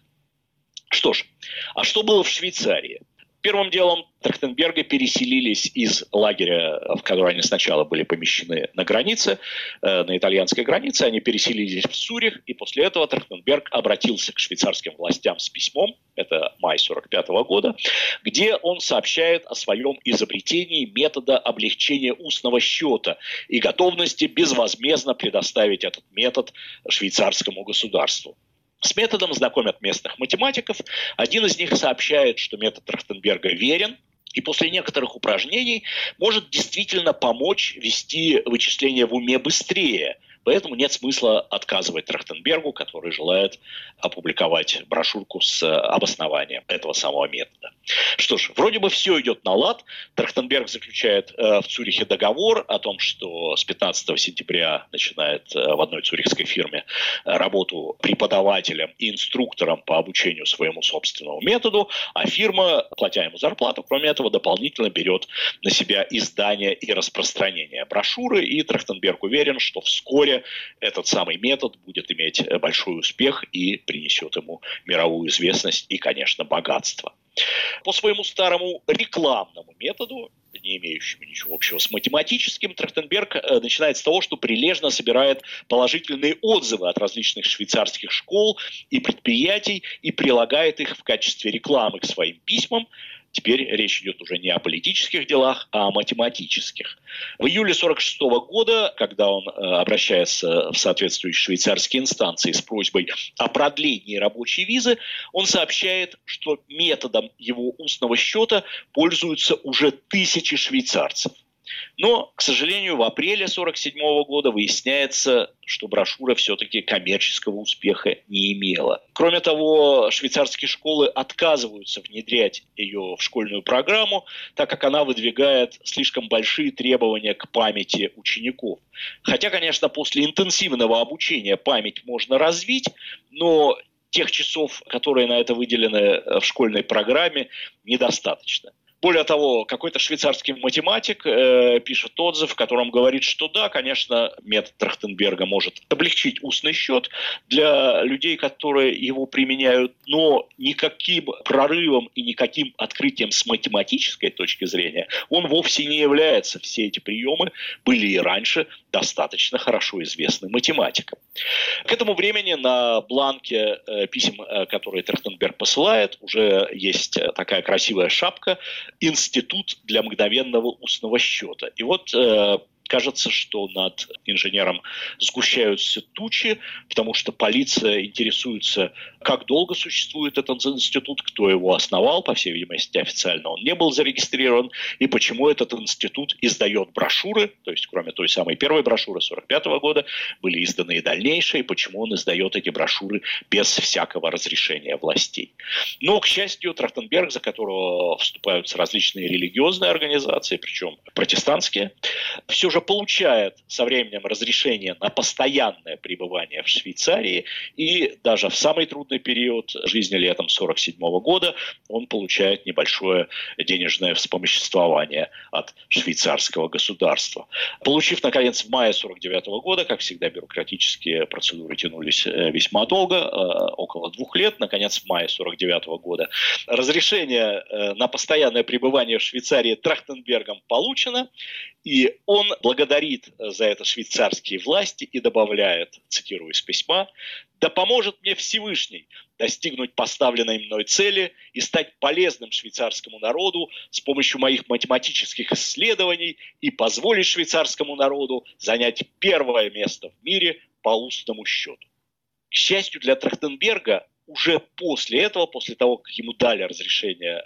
Что ж, а что было в Швейцарии? Первым делом Трахтенберга переселились из лагеря, в который они сначала были помещены на границе, на итальянской границе, они переселились в Цюрих, и после этого Трахтенберг обратился к швейцарским властям с письмом, это май 1945 года, где он сообщает о своем изобретении метода облегчения устного счета и готовности безвозмездно предоставить этот метод швейцарскому государству. С методом знакомят местных математиков. Один из них сообщает, что метод Трахтенберга верен, и после некоторых упражнений может действительно помочь вести вычисления в уме быстрее. Поэтому нет смысла отказывать Трахтенбергу, который желает опубликовать брошюрку с обоснованием этого самого метода. Что ж, вроде бы все идет на лад. Трахтенберг заключает в Цюрихе договор о том, что с 15 сентября начинает в одной цюрихской фирме работу преподавателем и инструктором по обучению своему собственному методу, а фирма, платя ему зарплату, кроме этого, дополнительно берет на себя издание и распространение брошюры, и Трахтенберг уверен, что вскоре этот самый метод будет иметь большой успех и принесет ему мировую известность и, конечно, богатство. По своему старому рекламному методу, не имеющему ничего общего с математическим, Трахтенберг начинает с того, что прилежно собирает положительные отзывы от различных швейцарских школ и предприятий и прилагает их в качестве рекламы к своим письмам. Теперь речь идет уже не о политических делах, а о математических. В июле 1946 года, когда он обращается в соответствующие швейцарские инстанции с просьбой о продлении рабочей визы, он сообщает, что методом его устного счета пользуются уже тысячи швейцарцев. Но, к сожалению, в апреле 1947 года выясняется, что брошюра все-таки коммерческого успеха не имела. Кроме того, швейцарские школы отказываются внедрять ее в школьную программу, так как она выдвигает слишком большие требования к памяти учеников. Хотя, конечно, после интенсивного обучения память можно развить, но тех часов, которые на это выделены в школьной программе, недостаточно. Более того, какой-то швейцарский математик пишет отзыв, в котором говорит, что да, конечно, метод Трахтенберга может облегчить устный счет для людей, которые его применяют, но никаким прорывом и никаким открытием с математической точки зрения он вовсе не является. Все эти приемы были и раньше достаточно хорошо известны математикам. К этому времени на бланке писем, которые Трахтенберг посылает, уже есть такая красивая шапка «Институт для мгновенного устного счета». И вот кажется, что над инженером сгущаются тучи, потому что полиция интересуется, как долго существует этот институт, кто его основал, по всей видимости, официально он не был зарегистрирован, и почему этот институт издает брошюры, то есть кроме той самой первой брошюры 1945 года, были изданы и дальнейшие, и почему он издает эти брошюры без всякого разрешения властей. Но, к счастью, Трахтенберг, за которого вступаются различные религиозные организации, причем протестантские, все же получает со временем разрешение на постоянное пребывание в Швейцарии, и даже в самый трудный период жизни летом 1947 года он получает небольшое денежное вспомоществование от швейцарского государства. Получив, наконец, в мае 1949 года, как всегда, бюрократические процедуры тянулись весьма долго, около 2 лет, наконец, в мае 1949 года, разрешение на постоянное пребывание в Швейцарии Трахтенбергом получено, и он благодарит за это швейцарские власти и добавляет, цитирую из письма: «Да поможет мне Всевышний достигнуть поставленной мной цели и стать полезным швейцарскому народу с помощью моих математических исследований и позволить швейцарскому народу занять первое место в мире по устному счету». К счастью для Трахтенберга, уже после этого, после того, как ему дали разрешение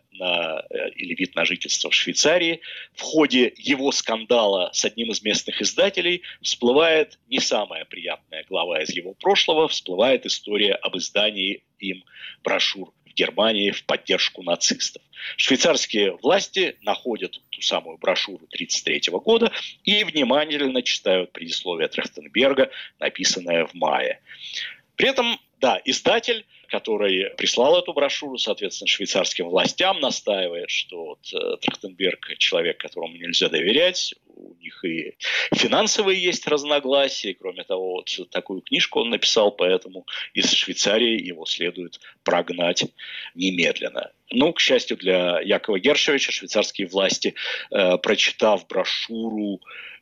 или вид на жительство в Швейцарии, в ходе его скандала с одним из местных издателей всплывает не самая приятная глава из его прошлого, всплывает история об издании им брошюр в Германии в поддержку нацистов. Швейцарские власти находят ту самую брошюру 1933 года и внимательно читают предисловие Трахтенберга, написанное в мае. При этом, да, издатель, который прислал эту брошюру, соответственно, швейцарским властям, настаивает, что Трахтенберг человек, которому нельзя доверять, у них и финансовые есть разногласия, кроме того, вот такую книжку он написал, поэтому из Швейцарии его следует прогнать немедленно. Ну, к счастью для Якова Гершевича, швейцарские власти, прочитав брошюру,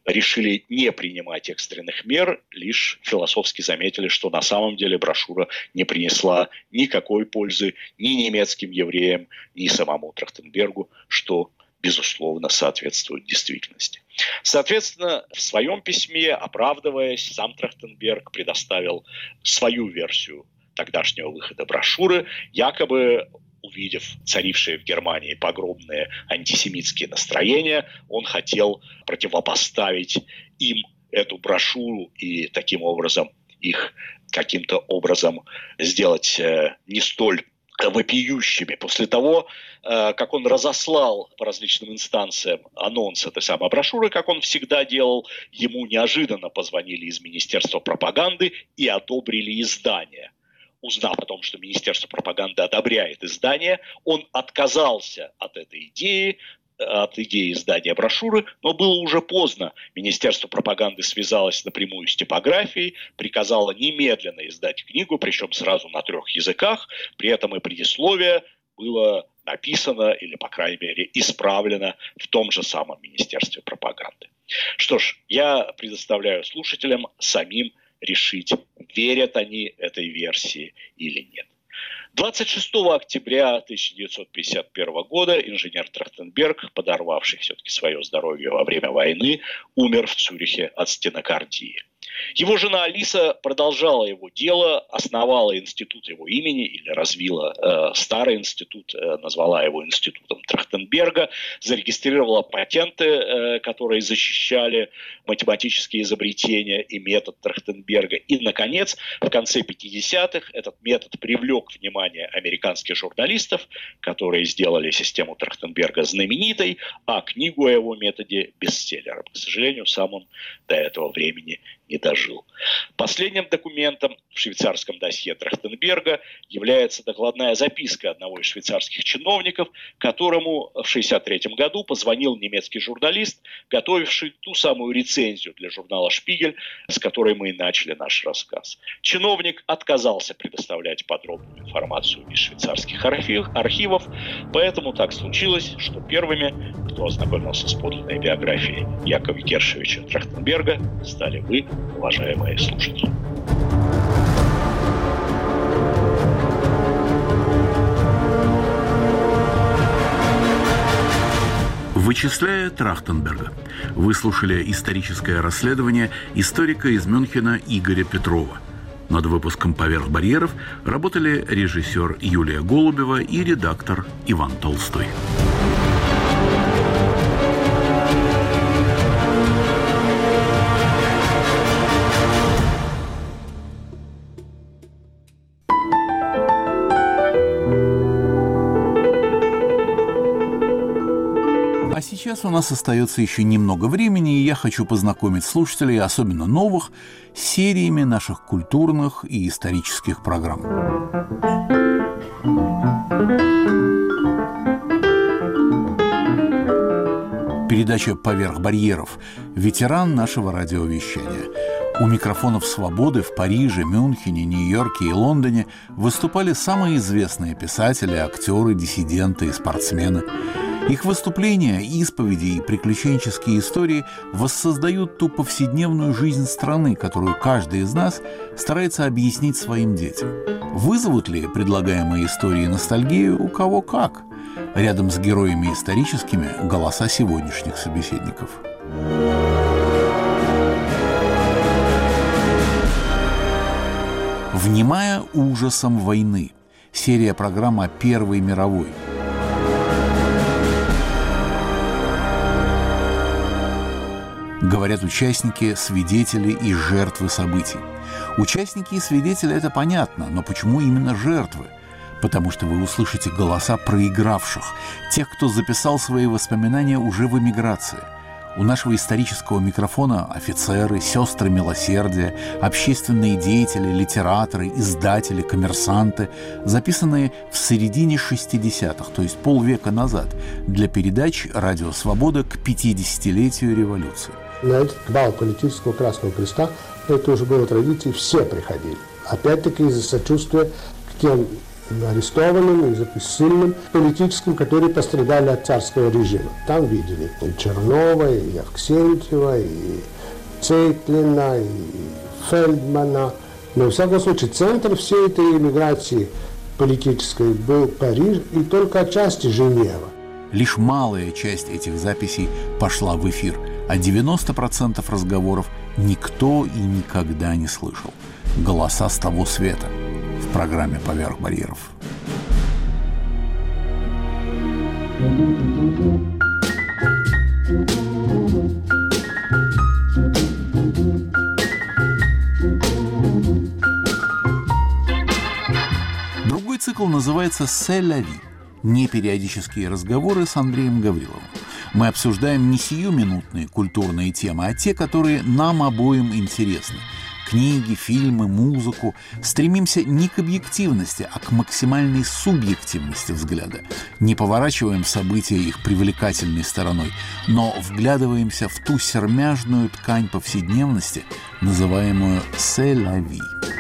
решили не принимать экстренных мер, лишь философски заметили, что на самом деле брошюра не принесла никакой пользы ни немецким евреям, ни самому Трахтенбергу, что, безусловно, соответствует действительности. Соответственно, в своем письме, оправдываясь, сам Трахтенберг предоставил свою версию тогдашнего выхода брошюры, якобы увидев царившие в Германии погромные антисемитские настроения, он хотел противопоставить им эту брошюру и таким образом их каким-то образом сделать не столь вопиющими. После того, как он разослал по различным инстанциям анонс этой самой брошюры, как он всегда делал, ему неожиданно позвонили из Министерства пропаганды и одобрили издание. Узнав о том, что Министерство пропаганды одобряет издание, он отказался от этой идеи, от идеи издания брошюры, но было уже поздно. Министерство пропаганды связалось напрямую с типографией, приказало немедленно издать книгу, причем сразу на 3 языках, при этом и предисловие было написано или, по крайней мере, исправлено в том же самом Министерстве пропаганды. Что ж, я предоставляю слушателям самим решить, верят они этой версии или нет. 26 октября 1951 года инженер Трахтенберг, подорвавший все-таки свое здоровье во время войны, умер в Цюрихе от стенокардии. Его жена Алиса продолжала его дело, основала институт его имени или развила старый институт, назвала его институтом Трахтенберга, зарегистрировала патенты, которые защищали математические изобретения и метод Трахтенберга. И, наконец, в конце 50-х этот метод привлек внимание американских журналистов, которые сделали систему Трахтенберга знаменитой, а книгу о его методе бестселлером. К сожалению, сам он до этого времени не дожил. Последним документом в швейцарском досье Трахтенберга является докладная записка одного из швейцарских чиновников, которому в 1963 году позвонил немецкий журналист, готовивший ту самую рецензию для журнала «Шпигель», с которой мы и начали наш рассказ. Чиновник отказался предоставлять подробную информацию из швейцарских архивов, поэтому так случилось, что первыми, кто ознакомился с подлинной биографией Якова Гершевича Трахтенберга, стали вы, уважаемые слушатели. Вычисляя Трахтенберга, вы слушали историческое расследование историка из Мюнхена Игоря Петрова. Над выпуском «Поверх барьеров» работали режиссер Юлия Голубева и редактор Иван Толстой. Сейчас у нас остается еще немного времени, и я хочу познакомить слушателей, особенно новых, с сериями наших культурных и исторических программ. Передача «Поверх барьеров» – ветеран нашего радиовещания. У микрофонов «Свободы» в Париже, Мюнхене, Нью-Йорке и Лондоне выступали самые известные писатели, актеры, диссиденты и спортсмены. Их выступления, исповеди и приключенческие истории воссоздают ту повседневную жизнь страны, которую каждый из нас старается объяснить своим детям. Вызовут ли предлагаемые истории ностальгию у кого как? Рядом с героями историческими – голоса сегодняшних собеседников. «Внимая ужасом войны» – серия программ о Первой мировой. Говорят участники, свидетели и жертвы событий. Участники и свидетели – это понятно, но почему именно жертвы? Потому что вы услышите голоса проигравших, тех, кто записал свои воспоминания уже в эмиграции. У нашего исторического микрофона офицеры, сестры милосердия, общественные деятели, литераторы, издатели, коммерсанты, записанные в середине 60-х, то есть полвека назад, для передач «Радио Свобода» к 50-летию революции. На этот бал политического Красного Креста, это уже было традицией, все приходили. Опять-таки из-за сочувствия к тем арестованным и сильным политическим, которые пострадали от царского режима. Там видели и Чернова, и Авксентьева, и Цейтлина, и Фельдмана. Но, во всяком случае, центр всей этой эмиграции политической был Париж и только отчасти Женева. Лишь малая часть этих записей пошла в эфир, а 90% разговоров никто и никогда не слышал. Голоса с того света в программе «Поверх барьеров». Другой цикл называется «C'est la vie» – непериодические разговоры с Андреем Гавриловым. Мы обсуждаем не сиюминутные культурные темы, а те, которые нам обоим интересны. Книги, фильмы, музыку. Стремимся не к объективности, а к максимальной субъективности взгляда. Не поворачиваем события их привлекательной стороной, но вглядываемся в ту сермяжную ткань повседневности, называемую «c'est la vie».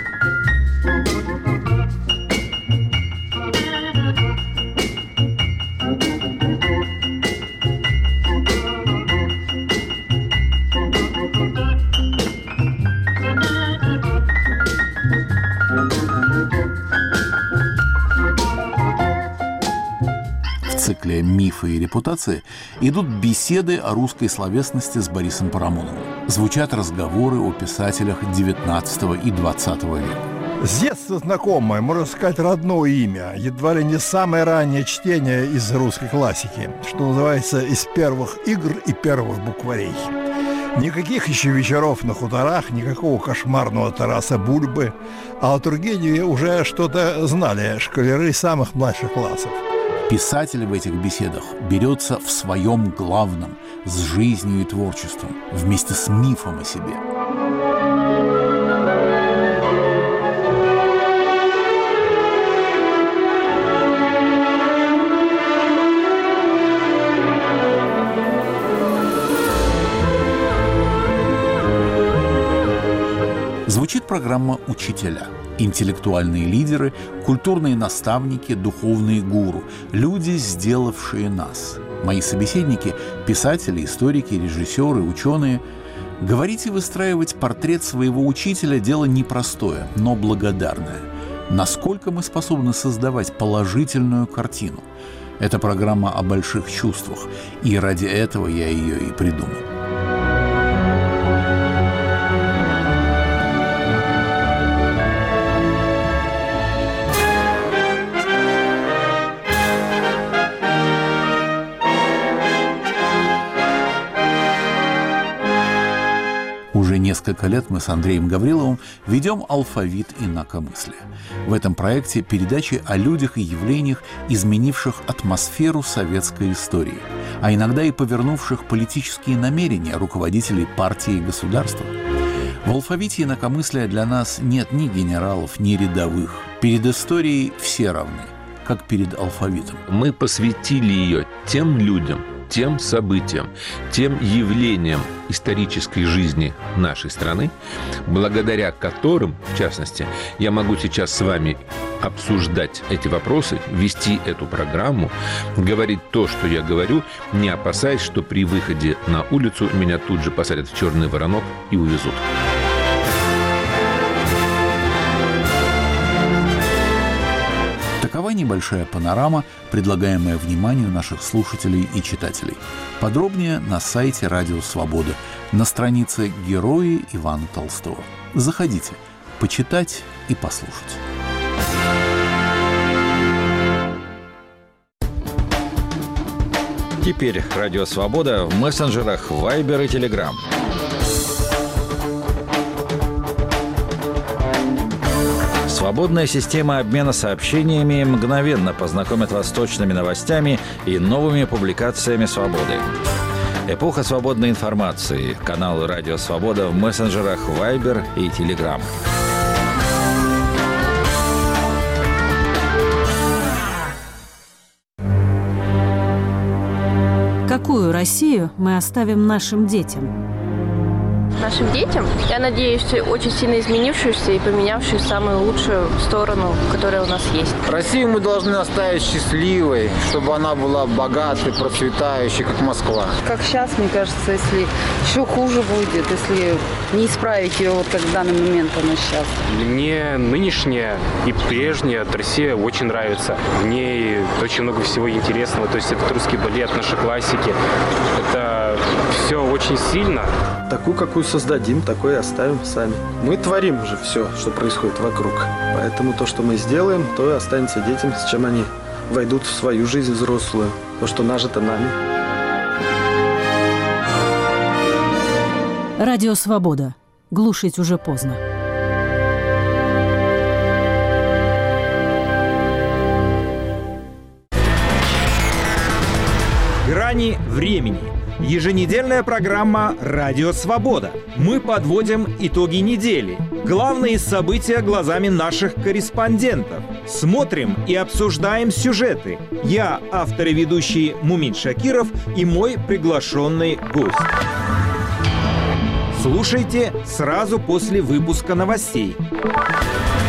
В цикле «Мифы и репутации» идут беседы о русской словесности с Борисом Парамоновым. Звучат разговоры о писателях XIX и XX века. С детства знакомое, можно сказать, родное имя, едва ли не самое раннее чтение из русской классики, что называется, из первых игр и первых букварей. Никаких еще вечеров на хуторах, никакого кошмарного Тараса Бульбы, а о Тургеневе уже что-то знали школяры самых младших классов. Писатель в этих беседах берется в своем главном, с жизнью и творчеством, вместе с мифом о себе. Звучит программа «Учителя». Интеллектуальные лидеры, культурные наставники, духовные гуру, люди, сделавшие нас. Мои собеседники – писатели, историки, режиссеры, ученые. Говорить и выстраивать портрет своего учителя – дело непростое, но благодарное. Насколько мы способны создавать положительную картину? Это программа о больших чувствах, и ради этого я ее и придумал. Уже несколько лет мы с Андреем Гавриловым ведем алфавит инакомыслия. В этом проекте передачи о людях и явлениях, изменивших атмосферу советской истории, а иногда и повернувших политические намерения руководителей партии и государства. В алфавите инакомыслия для нас нет ни генералов, ни рядовых. Перед историей все равны, как перед алфавитом. Мы посвятили ее тем людям, тем событиям, тем явлениям исторической жизни нашей страны, благодаря которым, в частности, я могу сейчас с вами обсуждать эти вопросы, вести эту программу, говорить то, что я говорю, не опасаясь, что при выходе на улицу меня тут же посадят в черный воронок и увезут. Такова небольшая панорама, предлагаемая вниманию наших слушателей и читателей. Подробнее на сайте «Радио Свобода», на странице «Герои Ивана Толстого». Заходите, почитать и послушать. Теперь «Радио Свобода» в мессенджерах Viber и Telegram. Свободная система обмена сообщениями мгновенно познакомит вас с точными новостями и новыми публикациями «Свободы». Эпоха свободной информации. Канал «Радио Свобода» в мессенджерах Viber и Telegram. Какую Россию мы оставим нашим детям? нашим детям. Я надеюсь, очень сильно изменившуюся и поменявшуюся в самую лучшую сторону, которая у нас есть. Россию мы должны оставить счастливой, чтобы она была богатой, процветающей, как Москва. Как сейчас, мне кажется, если еще хуже будет, если не исправить ее, вот как в данный момент она сейчас. Мне нынешняя и прежняя Россия очень нравится. В ней очень много всего интересного. То есть это русский балет, наши классики. Это все очень сильно. Такую, какую создадим, такой и оставим сами. Мы творим же все, что происходит вокруг. Поэтому то, что мы сделаем, то и останется детям, с чем они войдут в свою жизнь взрослую. То, что нажито нами. Радио «Свобода». Глушить уже поздно. Грани времени. Еженедельная программа «Радио Свобода». Мы подводим итоги недели. Главные события глазами наших корреспондентов. Смотрим и обсуждаем сюжеты. Я, автор и ведущий Мумин Шакиров, и мой приглашенный гость. Слушайте сразу после выпуска новостей.